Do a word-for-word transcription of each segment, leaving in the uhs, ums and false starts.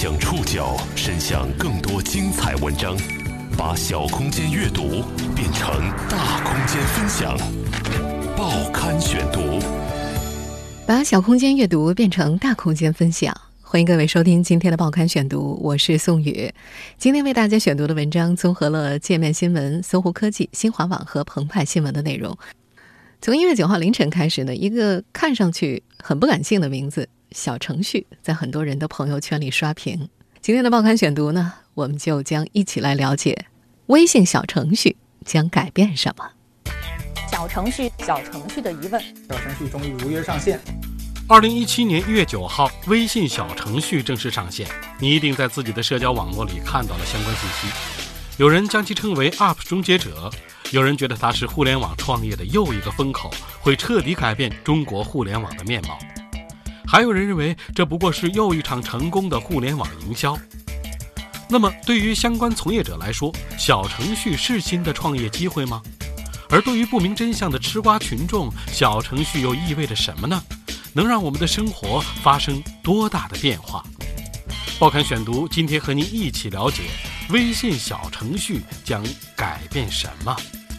将触角伸向更多精彩文章，把小空间阅读变成大空间分享。报刊选读， 把小空间阅读变成大空间分享。欢迎各位收听今天的报刊选读，我是宋宇。今天为大家选读的文章综合了界面新闻、搜狐科技、新华网和澎湃新闻的内容。从一月九号凌晨开始呢，一个看上去很不感性的名字小程序在很多人的朋友圈里刷屏。今天的报刊选读呢，我们就将一起来了解微信小程序将改变什么。 小程序小程序的疑问， 小程序终于如约上线。 二零一七年一月九号，微信小程序正式上线。你一定在自己的社交网络里看到了相关信息。有人将其称为 U P 终结者，有人觉得它是互联网创业的又一个风口，会彻底改变中国互联网的面貌。还有人认为这不过是又一场成功的互联网营销。那么对于相关从业者来说，小程序是新的创业机会吗？而对于不明真相的吃瓜群众，小程序又意味着什么呢？能让我们的生活发生多大的变化？报刊选读今天和您一起了解微信小程序将改变什么。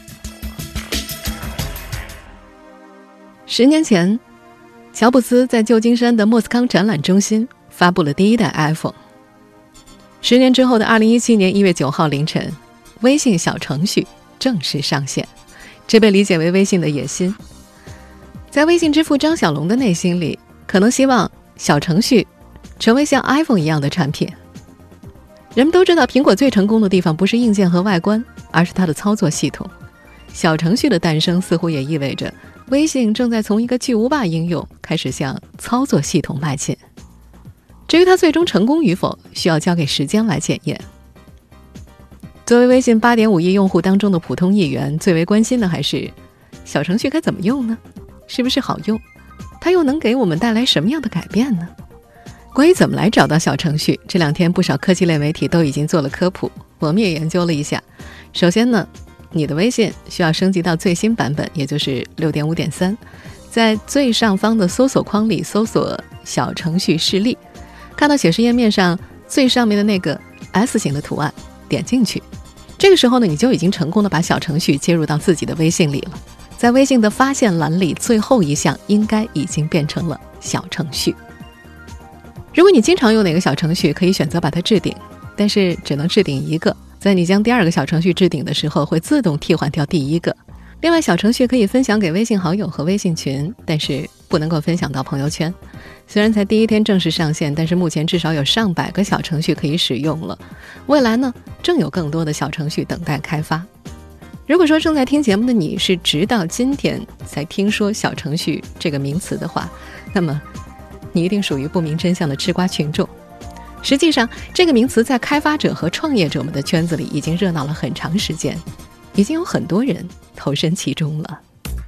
十年前，乔布斯在旧金山的莫斯康展览中心发布了第一代 iPhone。十年之后的二零一七年一月九号凌晨，微信小程序正式上线，这被理解为微信的野心。在微信之父张小龙的内心里，可能希望小程序成为像 iPhone 一样的产品。人们都知道，苹果最成功的地方不是硬件和外观，而是它的操作系统。小程序的诞生似乎也意味着微信正在从一个巨无霸应用开始向操作系统迈进。至于它最终成功与否，需要交给时间来检验。作为微信 八点五亿用户当中的普通一员，最为关心的还是小程序该怎么用呢？是不是好用？它又能给我们带来什么样的改变呢？关于怎么来找到小程序，这两天不少科技类媒体都已经做了科普，我们也研究了一下。首先呢，你的微信需要升级到最新版本，也就是 六点五点三， 在最上方的搜索框里搜索小程序示例，看到显示页面上最上面的那个 S 型的图案，点进去。这个时候呢，你就已经成功的把小程序接入到自己的微信里了。在微信的发现栏里，最后一项应该已经变成了小程序。如果你经常用哪个小程序，可以选择把它置顶，但是只能置顶一个。在你将第二个小程序置顶的时候，会自动替换掉第一个。另外，小程序可以分享给微信好友和微信群，但是不能够分享到朋友圈。虽然才第一天正式上线，但是目前至少有上百个小程序可以使用了。未来呢，正有更多的小程序等待开发。如果说正在听节目的你是直到今天才听说小程序这个名词的话，那么你一定属于不明真相的吃瓜群众。实际上，这个名词在开发者和创业者们的圈子里已经热闹了很长时间，已经有很多人投身其中了。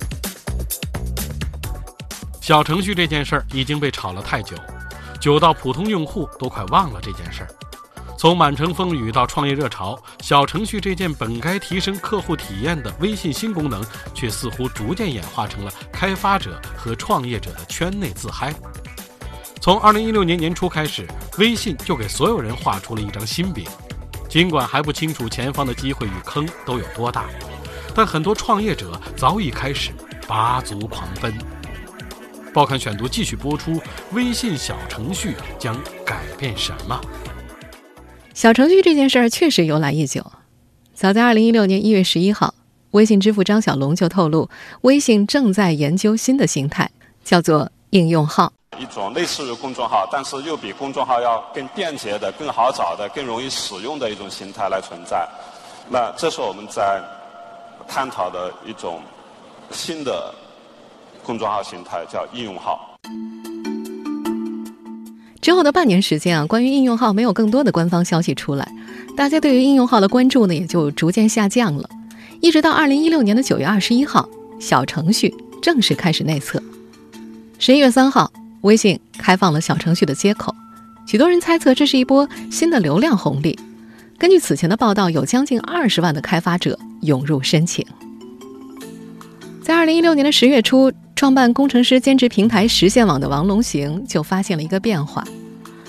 小程序这件事儿已经被炒了太久，久到普通用户都快忘了这件事儿。从满城风雨到创业热潮，小程序这件本该提升客户体验的微信新功能，却似乎逐渐演化成了开发者和创业者的圈内自嗨。从二零一六年年初开始，微信就给所有人画出了一张新饼。尽管还不清楚前方的机会与坑都有多大，但很多创业者早已开始拔足狂奔。报刊选读继续播出，微信小程序将改变什么？ 小程序这件事儿确实由来已久。早在二零一六年一月十一号，微信之父张小龙就透露，微信正在研究新的形态，叫做应用号。 一种类似于公众号，但是又比公众号要更便捷的、更好找的、更容易使用的一种形态来存在。那这是我们在探讨的一种新的公众号形态，叫应用号。 之后的半年时间啊，关于应用号没有更多的官方消息出来，大家对于应用号的关注呢也就逐渐下降了。一直到二零一六年的九月二十一号，小程序正式开始内测。十一月三号，微信开放了小程序的接口，许多人猜测这是一波新的流量红利。根据此前的报道，有将近二十万的开发者涌入申请。在二零一六年的十月初，创办工程师兼职平台实现网的王龙行就发现了一个变化。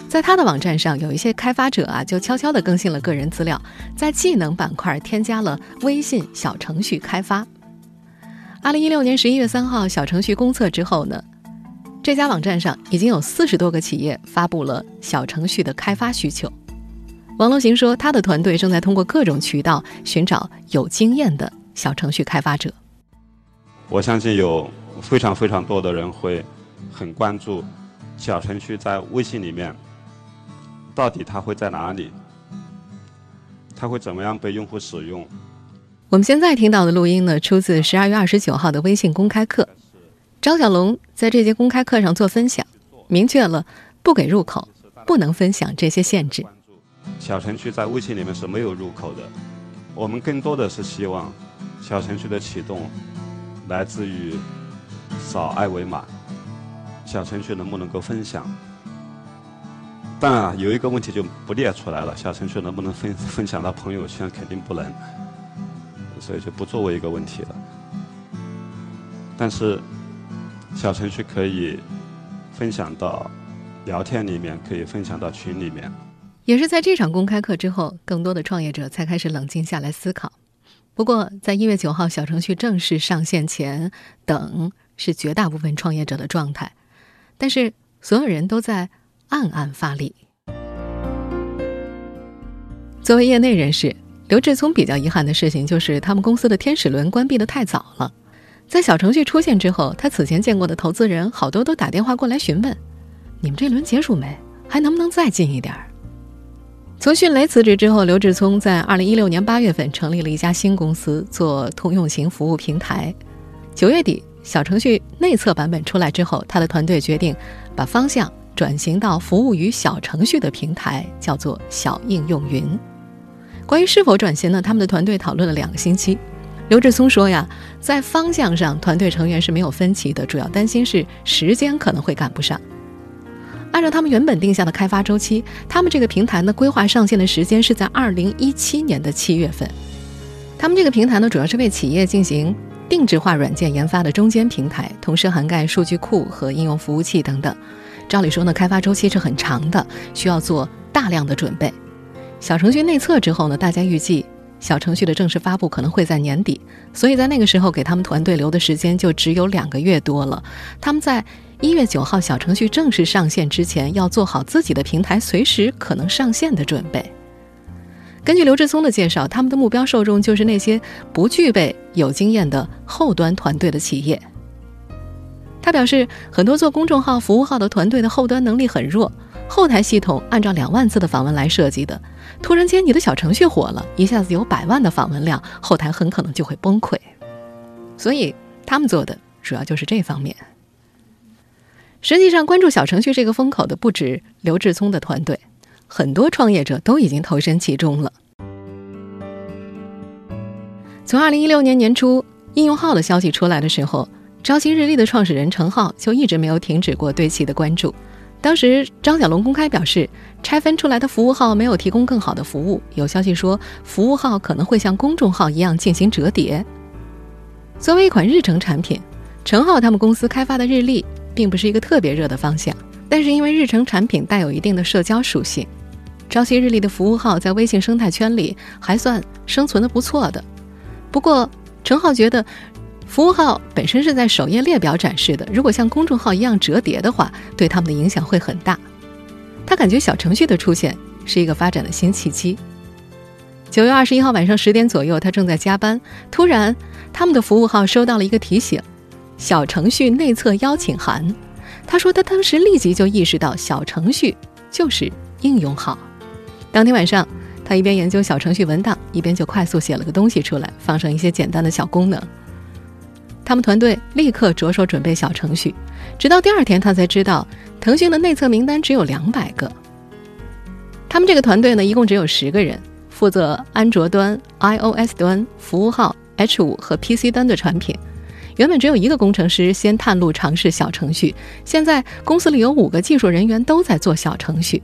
在他的网站上，有一些开发者啊，就悄悄地更新了个人资料，在技能板块添加了微信小程序开发。二零一六年十一月三号，小程序公测之后呢，这家网站上已经有四十多个企业发布了小程序的开发需求。王龙行说，他的团队正在通过各种渠道寻找有经验的小程序开发者。 我相信有非常非常多的人会很关注小程序在微信里面到底它会在哪里，它会怎么样被用户使用。 我们现在听到的录音呢，出自十二月二十九号的微信公开课。张小龙在这节公开课上做分享，明确了不给入口，不能分享这些限制。 小程序在微信里面是没有入口的，我们更多的是希望小程序的启动来自于扫二维码，小程序能不能够分享。当然有一个问题就不列出来了，小程序能不能分分享到朋友圈，肯定不能，所以就不作为一个问题了。但是小程序可以分享到聊天里面，可以分享到群里面。 也是在这场公开课之后，更多的创业者才开始冷静下来思考。不过在一月九号小程序正式上线前，等是绝大部分创业者的状态，但是所有人都在暗暗发力。作为业内人士，刘志聪比较遗憾的事情就是他们公司的天使轮关闭得太早了。在小程序出现之后，他此前见过的投资人好多都打电话过来询问，你们这轮结束没？还能不能再进一点？从迅雷辞职之后，刘志聪在二零一六年八月份成立了一家新公司，做通用型服务平台。九月底小程序内测版本出来之后，他的团队决定把方向转型到服务于小程序的平台，叫做小应用云。关于是否转型呢，他们的团队讨论了两个星期。刘志聪说呀，在方向上团队成员是没有分歧的，主要担心是时间可能会赶不上。按照他们原本定下的开发周期，他们这个平台呢规划上线的时间是在二零一七年的七月份。他们这个平台呢主要是为企业进行定制化软件研发的中间平台，同时涵盖数据库和应用服务器等等。照理说呢，开发周期是很长的，需要做大量的准备。小程序内测之后呢，大家预计小程序的正式发布可能会在年底，所以在那个时候给他们团队留的时间就只有两个月多了。他们在一月九号小程序正式上线之前，要做好自己的平台随时可能上线的准备。根据刘志聪的介绍，他们的目标受众就是那些不具备有经验的后端团队的企业。他表示，很多做公众号、服务号的团队的后端能力很弱，后台系统按照两万次的访问来设计的，突然间你的小程序火了，一下子有百万的访问量，后台很可能就会崩溃。所以他们做的主要就是这方面。实际上，关注小程序这个风口的不止刘志聪的团队，很多创业者都已经投身其中了。从二零一六年年初应用号的消息出来的时候，朝夕日历的创始人程浩就一直没有停止过对其的关注。当时张小龙公开表示，拆分出来的服务号没有提供更好的服务，有消息说服务号可能会像公众号一样进行折叠。作为一款日程产品，程浩他们公司开发的日历并不是一个特别热的方向，但是因为日程产品带有一定的社交属性，朝夕日历的服务号在微信生态圈里还算生存的不错的。不过程浩觉得服务号本身是在首页列表展示的，如果像公众号一样折叠的话，对他们的影响会很大。他感觉小程序的出现是一个发展的新契机。九月二十一号晚上十点左右，他正在加班，突然他们的服务号收到了一个提醒，小程序内测邀请函。他说他当时立即就意识到小程序就是应用号。当天晚上他一边研究小程序文档，一边就快速写了个东西出来，放上一些简单的小功能。他们团队立刻着手准备小程序，直到第二天他才知道腾讯的内测名单只有两百个。他们这个团队呢，一共只有十个人，负责安卓端、iOS 端、服务号、H 五 和 P C 端的产品。原本只有一个工程师先探路尝试小程序，现在公司里有五个技术人员都在做小程序。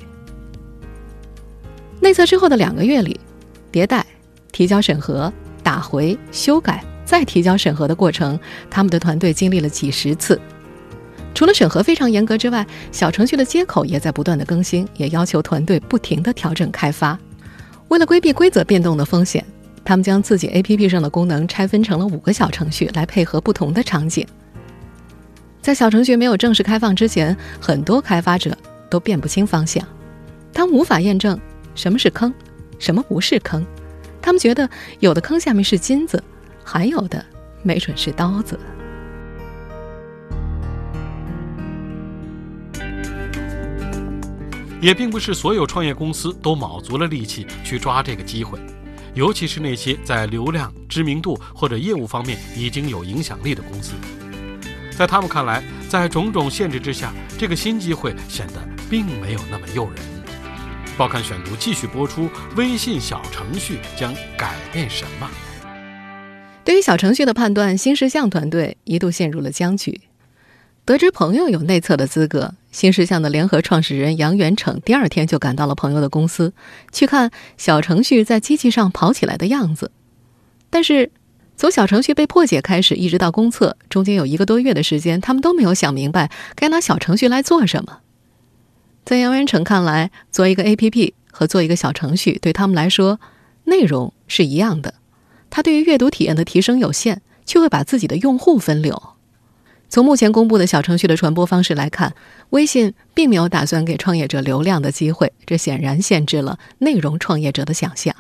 内测之后的两个月里，迭代、提交审核、打回、修改再提交审核的过程，他们的团队经历了几十次。 除了审核非常严格之外，小程序的接口也在不断的更新，也要求团队不停地调整开发。为了规避规则变动的风险，他们将自己 A P P 上的功能拆分成了五个小程序来配合不同的场景。在小程序没有正式开放之前，很多开发者都辨不清方向，他们无法验证什么是坑，什么不是坑。他们觉得有的坑下面是金子，还有的没准是刀子。 也并不是所有创业公司都卯足了力气去抓这个机会，尤其是那些在流量、知名度或者业务方面已经有影响力的公司。在他们看来，在种种限制之下，这个新机会显得并没有那么诱人。报刊选读继续播出，微信小程序将改变什么？ 对于小程序的判断，新事项团队一度陷入了僵局。得知朋友有内测的资格，新事项的联合创始人杨元騁第二天就赶到了朋友的公司，去看小程序在机器上跑起来的样子。但是从小程序被破解开始一直到公测，中间有一个多月的时间，他们都没有想明白该拿小程序来做什么。在杨元騁看来，做一个 A P P 和做一个小程序对他们来说内容是一样的，他对于阅读体验的提升有限，却会把自己的用户分流。从目前公布的小程序的传播方式来看，微信并没有打算给创业者流量的机会，这显然限制了内容创业者的想象。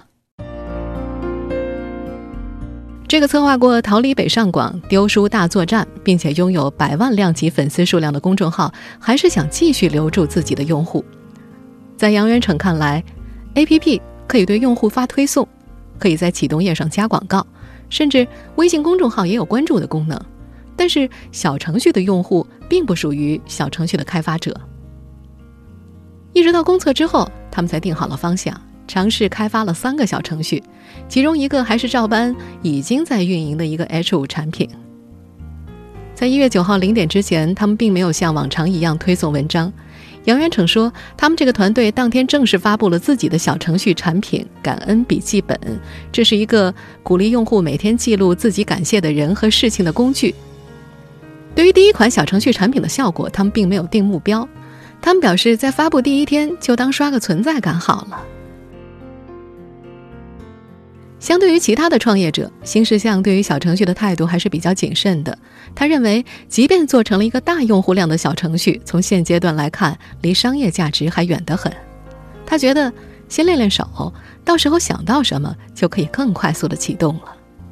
这个策划过逃离北上广、丢书大作战，并且拥有百万量级粉丝数量的公众号，还是想继续留住自己的用户。在杨元騁看来， A P P 可以对用户发推送，可以在启动页上加广告，甚至微信公众号也有关注的功能。但是小程序的用户并不属于小程序的开发者。一直到公测之后，他们才定好了方向，尝试开发了三个小程序，其中一个还是照搬已经在运营的一个 H 五 产品。在一月九号零点之前，他们并没有像往常一样推送文章。杨元騁说，他们这个团队当天正式发布了自己的小程序产品感恩笔记本，这是一个鼓励用户每天记录自己感谢的人和事情的工具。对于第一款小程序产品的效果，他们并没有定目标。他们表示，在发布第一天就当刷个存在感好了。相对于其他的创业者，新事项对于小程序的态度还是比较谨慎的。他认为，即便做成了一个大用户量的小程序，从现阶段来看，离商业价值还远得很。他觉得先练练手，到时候想到什么就可以更快速地启动了。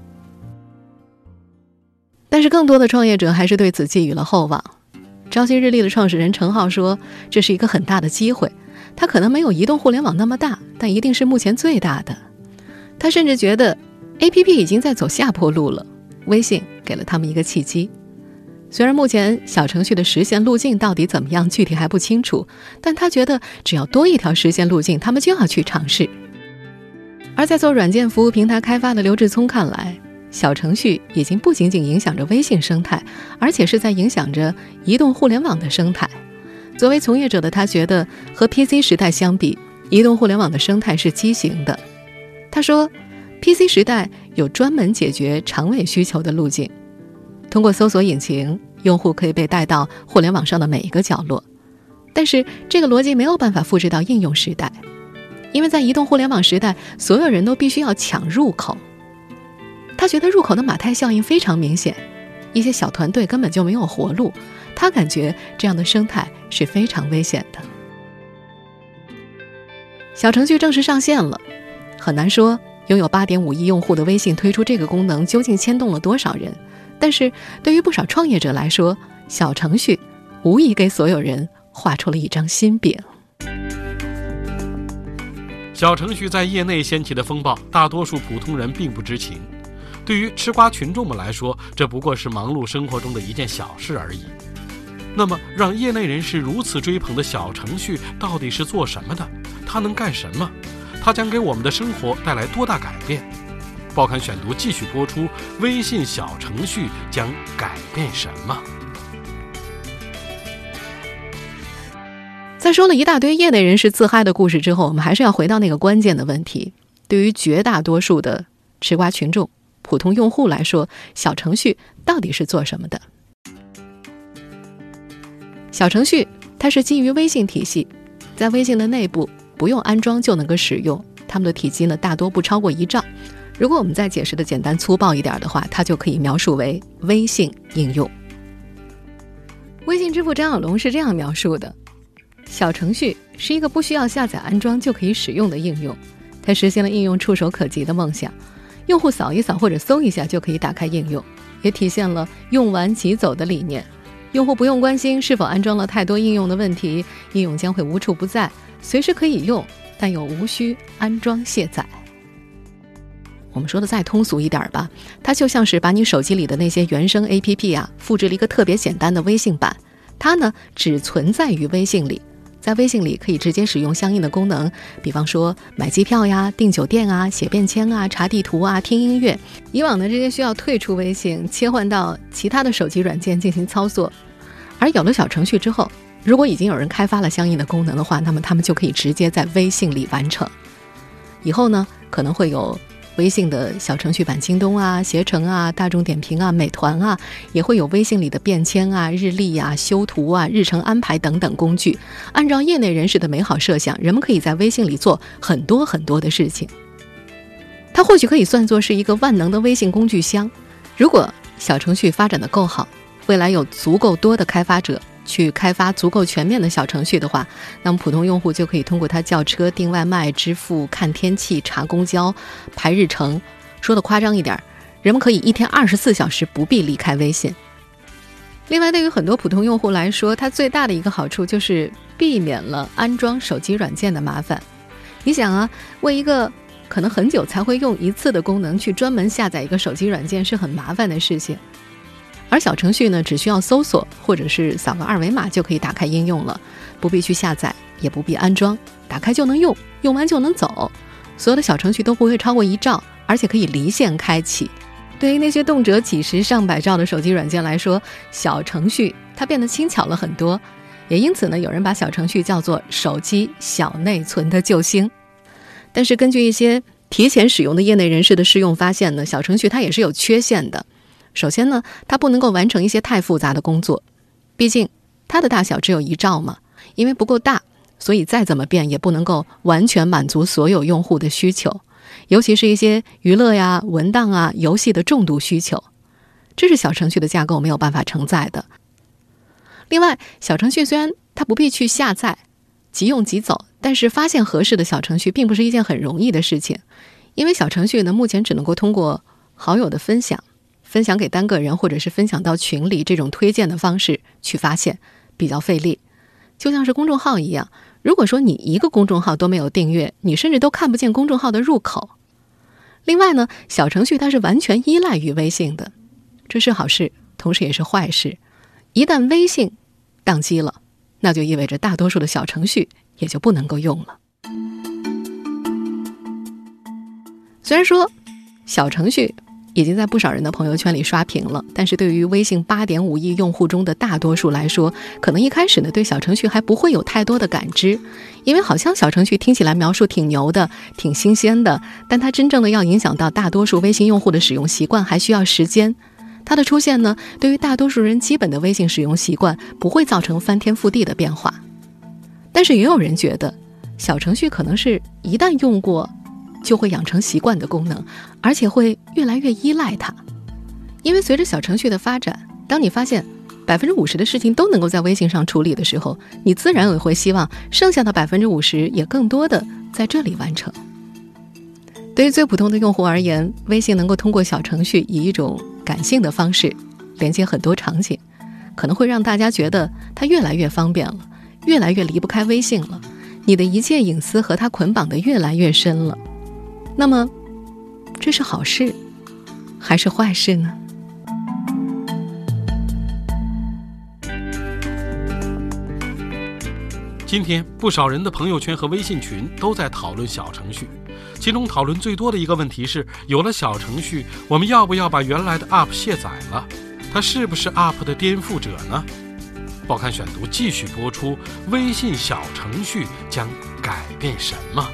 但是更多的创业者还是对此寄予了厚望。朝夕日历的创始人陈浩说，这是一个很大的机会，它可能没有移动互联网那么大，但一定是目前最大的。他甚至觉得 A P P 已经在走下坡路了，微信给了他们一个契机。虽然目前小程序的实现路径到底怎么样，具体还不清楚，但他觉得只要多一条实现路径，他们就要去尝试。而在做软件服务平台开发的刘志聪看来，小程序已经不仅仅影响着微信生态，而且是在影响着移动互联网的生态。作为从业者的他觉得，和 P C 时代相比，移动互联网的生态是畸形的。他说 P C 时代有专门解决长尾需求的路径，通过搜索引擎，用户可以被带到互联网上的每一个角落。但是这个逻辑没有办法复制到应用时代，因为在移动互联网时代，所有人都必须要抢入口。他觉得入口的马太效应非常明显，一些小团队根本就没有活路，他感觉这样的生态是非常危险的。小程序正式上线了，很难说拥有 八点五亿用户的微信推出这个功能究竟牵动了多少人，但是对于不少创业者来说，小程序无疑给所有人画出了一张新饼。 小程序在业内掀起的风暴，大多数普通人并不知情。对于吃瓜群众们来说，这不过是忙碌生活中的一件小事而已。那么让业内人士如此追捧的小程序到底是做什么的？它能干什么？它将给我们的生活带来多大改变？报刊选读继续播出，微信小程序将改变什么？ 在说了一大堆业内人士自嗨的故事之后，我们还是要回到那个关键的问题。对于绝大多数的吃瓜群众、普通用户来说，小程序到底是做什么的？ 小程序它是基于微信体系，在微信的内部不用安装就能够使用，它们的体积呢大多不超过一兆。如果我们再解释的简单粗暴一点的话，它就可以描述为微信应用。微信之父张小龙是这样描述的：小程序是一个不需要下载安装就可以使用的应用，它实现了应用触手可及的梦想，用户扫一扫或者搜一下就可以打开应用，也体现了用完即走的理念。用户不用关心是否安装了太多应用的问题，应用将会无处不在，随时可以用，但又无需安装卸载。我们说的再通俗一点吧，它就像是把你手机里的那些原生 A P P 啊，复制了一个特别简单的微信版，它呢只存在于微信里，在微信里可以直接使用相应的功能，比方说买机票呀、订酒店啊、写便签啊、查地图啊、听音乐。以往的这些需要退出微信，切换到其他的手机软件进行操作。而有了小程序之后，如果已经有人开发了相应的功能的话，那么他们就可以直接在微信里完成。以后呢，可能会有微信的小程序版京东啊、携程啊、大众点评啊、美团啊，也会有微信里的便签啊、日历啊、修图啊、日程安排等等工具。按照业内人士的美好设想，人们可以在微信里做很多很多的事情。它或许可以算作是一个万能的微信工具箱。如果小程序发展得够好，未来有足够多的开发者去开发足够全面的小程序的话，那么普通用户就可以通过它叫车、订外卖、支付、看天气、查公交、排日程。说的夸张一点，人们可以一天二十四小时不必离开微信。另外，对于很多普通用户来说，它最大的一个好处就是避免了安装手机软件的麻烦。你想啊，为一个可能很久才会用一次的功能去专门下载一个手机软件是很麻烦的事情。而小程序呢，只需要搜索或者是扫个二维码就可以打开应用了，不必去下载，也不必安装，打开就能用，用完就能走。所有的小程序都不会超过一兆，而且可以离线开启。对于那些动辄几十上百兆的手机软件来说，小程序它变得轻巧了很多，也因此呢，有人把小程序叫做手机小内存的救星。但是根据一些提前使用的业内人士的试用发现呢，小程序它也是有缺陷的。首先呢，它不能够完成一些太复杂的工作，毕竟它的大小只有一兆嘛，因为不够大，所以再怎么变也不能够完全满足所有用户的需求，尤其是一些娱乐呀、文档啊、游戏的重度需求，这是小程序的架构没有办法承载的。另外，小程序虽然它不必去下载，即用即走，但是发现合适的小程序并不是一件很容易的事情，因为小程序呢，目前只能够通过好友的分享分享给单个人或者是分享到群里这种推荐的方式去发现，比较费力。就像是公众号一样，如果说你一个公众号都没有订阅，你甚至都看不见公众号的入口。另外呢，小程序它是完全依赖于微信的，这是好事，同时也是坏事。一旦微信宕机了，那就意味着大多数的小程序也就不能够用了。虽然说小程序已经在不少人的朋友圈里刷屏了，但是对于微信 八点五亿用户中的大多数来说，可能一开始呢对小程序还不会有太多的感知，因为好像小程序听起来描述挺牛的，挺新鲜的，但它真正的要影响到大多数微信用户的使用习惯还需要时间。它的出现呢，对于大多数人基本的微信使用习惯不会造成翻天覆地的变化。但是也有人觉得小程序可能是一旦用过就会养成习惯的功能，而且会越来越依赖它。因为随着小程序的发展，当你发现百分之五十的事情都能够在微信上处理的时候，你自然也会希望剩下的百分之五十也更多的在这里完成。对于最普通的用户而言，微信能够通过小程序以一种感性的方式连接很多场景，可能会让大家觉得它越来越方便了，越来越离不开微信了，你的一切隐私和它捆绑得越来越深了。那么这是好事还是坏事呢？ 今天不少人的朋友圈和微信群都在讨论小程序，其中讨论最多的一个问题是，有了小程序，我们要不要把原来的 App 卸载了？它是不是 App 的颠覆者呢？报刊选读继续播出，微信小程序将改变什么？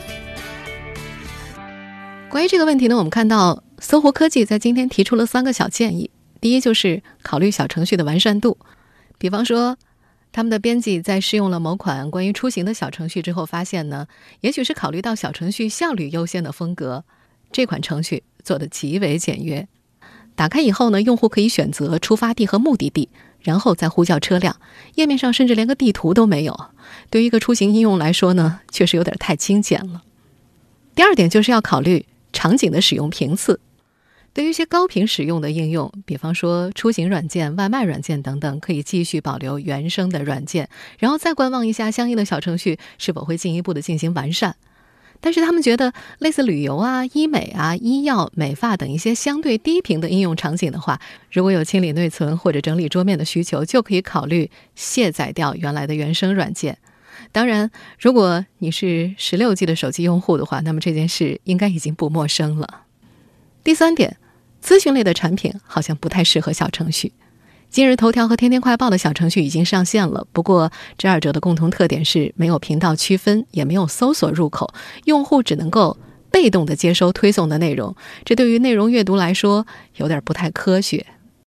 关于这个问题呢，我们看到搜狐科技在今天提出了三个小建议。第一，就是考虑小程序的完善度，比方说他们的编辑在试用了某款关于出行的小程序之后发现呢，也许是考虑到小程序效率优先的风格，这款程序做得极为简约。打开以后呢，用户可以选择出发地和目的地，然后再呼叫车辆，页面上甚至连个地图都没有。对于一个出行应用来说呢，确实有点太精简了。第二点就是要考虑场景的使用频次。对于一些高频使用的应用，比方说出行软件、外卖软件等等，可以继续保留原生的软件，然后再观望一下相应的小程序是否会进一步的进行完善。但是他们觉得类似旅游啊、医美啊、医药、美发等一些相对低频的应用场景的话，如果有清理内存或者整理桌面的需求，就可以考虑卸载掉原来的原生软件。当然，如果你是 十六 G 的手机用户的话，那么这件事应该已经不陌生了。第三点，咨询类的产品好像不太适合小程序。今日头条和天天快报的小程序已经上线了，不过这二者的共同特点是没有频道区分，也没有搜索入口，用户只能够被动的接收推送的内容，这对于内容阅读来说有点不太科学。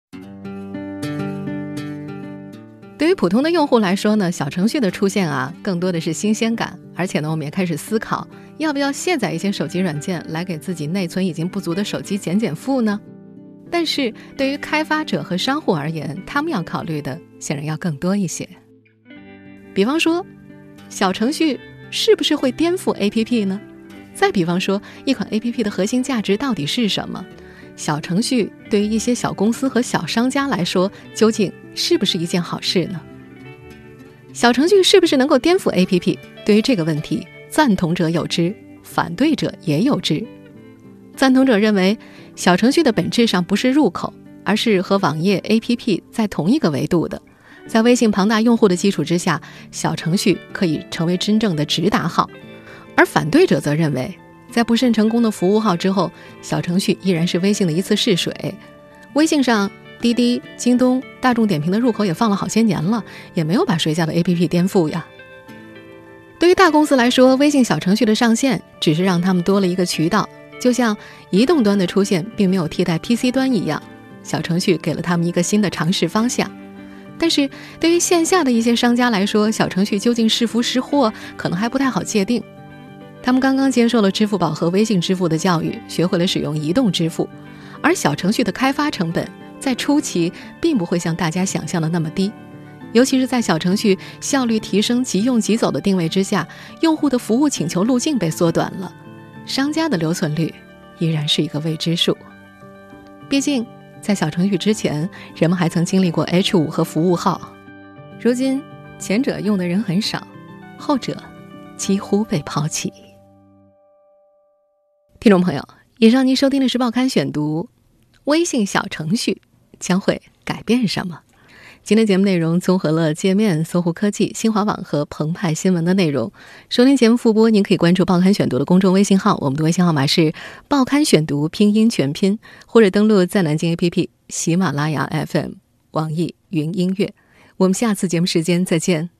对于普通的用户来说呢，小程序的出现啊，更多的是新鲜感，而且呢，我们也开始思考，要不要卸载一些手机软件来给自己内存已经不足的手机减减负呢？但是对于开发者和商户而言，他们要考虑的显然要更多一些。比方说，小程序是不是会颠覆 A P P 呢？再比方说，一款 A P P 的核心价值到底是什么？小程序对于一些小公司和小商家来说，究竟是不是一件好事呢？小程序是不是能够颠覆 A P P？ 对于这个问题，赞同者有之，反对者也有之。赞同者认为，小程序的本质上不是入口，而是和网页 A P P 在同一个维度的。在微信庞大用户的基础之下，小程序可以成为真正的直达号。而反对者则认为，在不甚成功的服务号之后，小程序依然是微信的一次试水。微信上滴滴、京东、大众点评的入口也放了好些年了，也没有把谁家的 A P P 颠覆呀。对于大公司来说，微信小程序的上线只是让他们多了一个渠道，就像移动端的出现并没有替代 P C 端一样，小程序给了他们一个新的尝试方向。但是对于线下的一些商家来说，小程序究竟是福是祸，可能还不太好界定。他们刚刚接受了支付宝和微信支付的教育，学会了使用移动支付，而小程序的开发成本在初期并不会像大家想象的那么低，尤其是在小程序效率提升、即用即走的定位之下，用户的服务请求路径被缩短了，商家的留存率依然是一个未知数。毕竟在小程序之前，人们还曾经历过 H 五 和服务号，如今前者用的人很少，后者几乎被抛弃。听众朋友，以上您收听的是报刊选读，微信小程序将会改变什么？今天节目内容综合了界面、搜狐科技、新华网和澎湃新闻的内容。收听节目复播，您可以关注报刊选读的公众微信号，我们的微信号码是报刊选读拼音全拼，或者登录在南京 A P P、喜马拉雅 F M、网易云音乐。我们下次节目时间再见。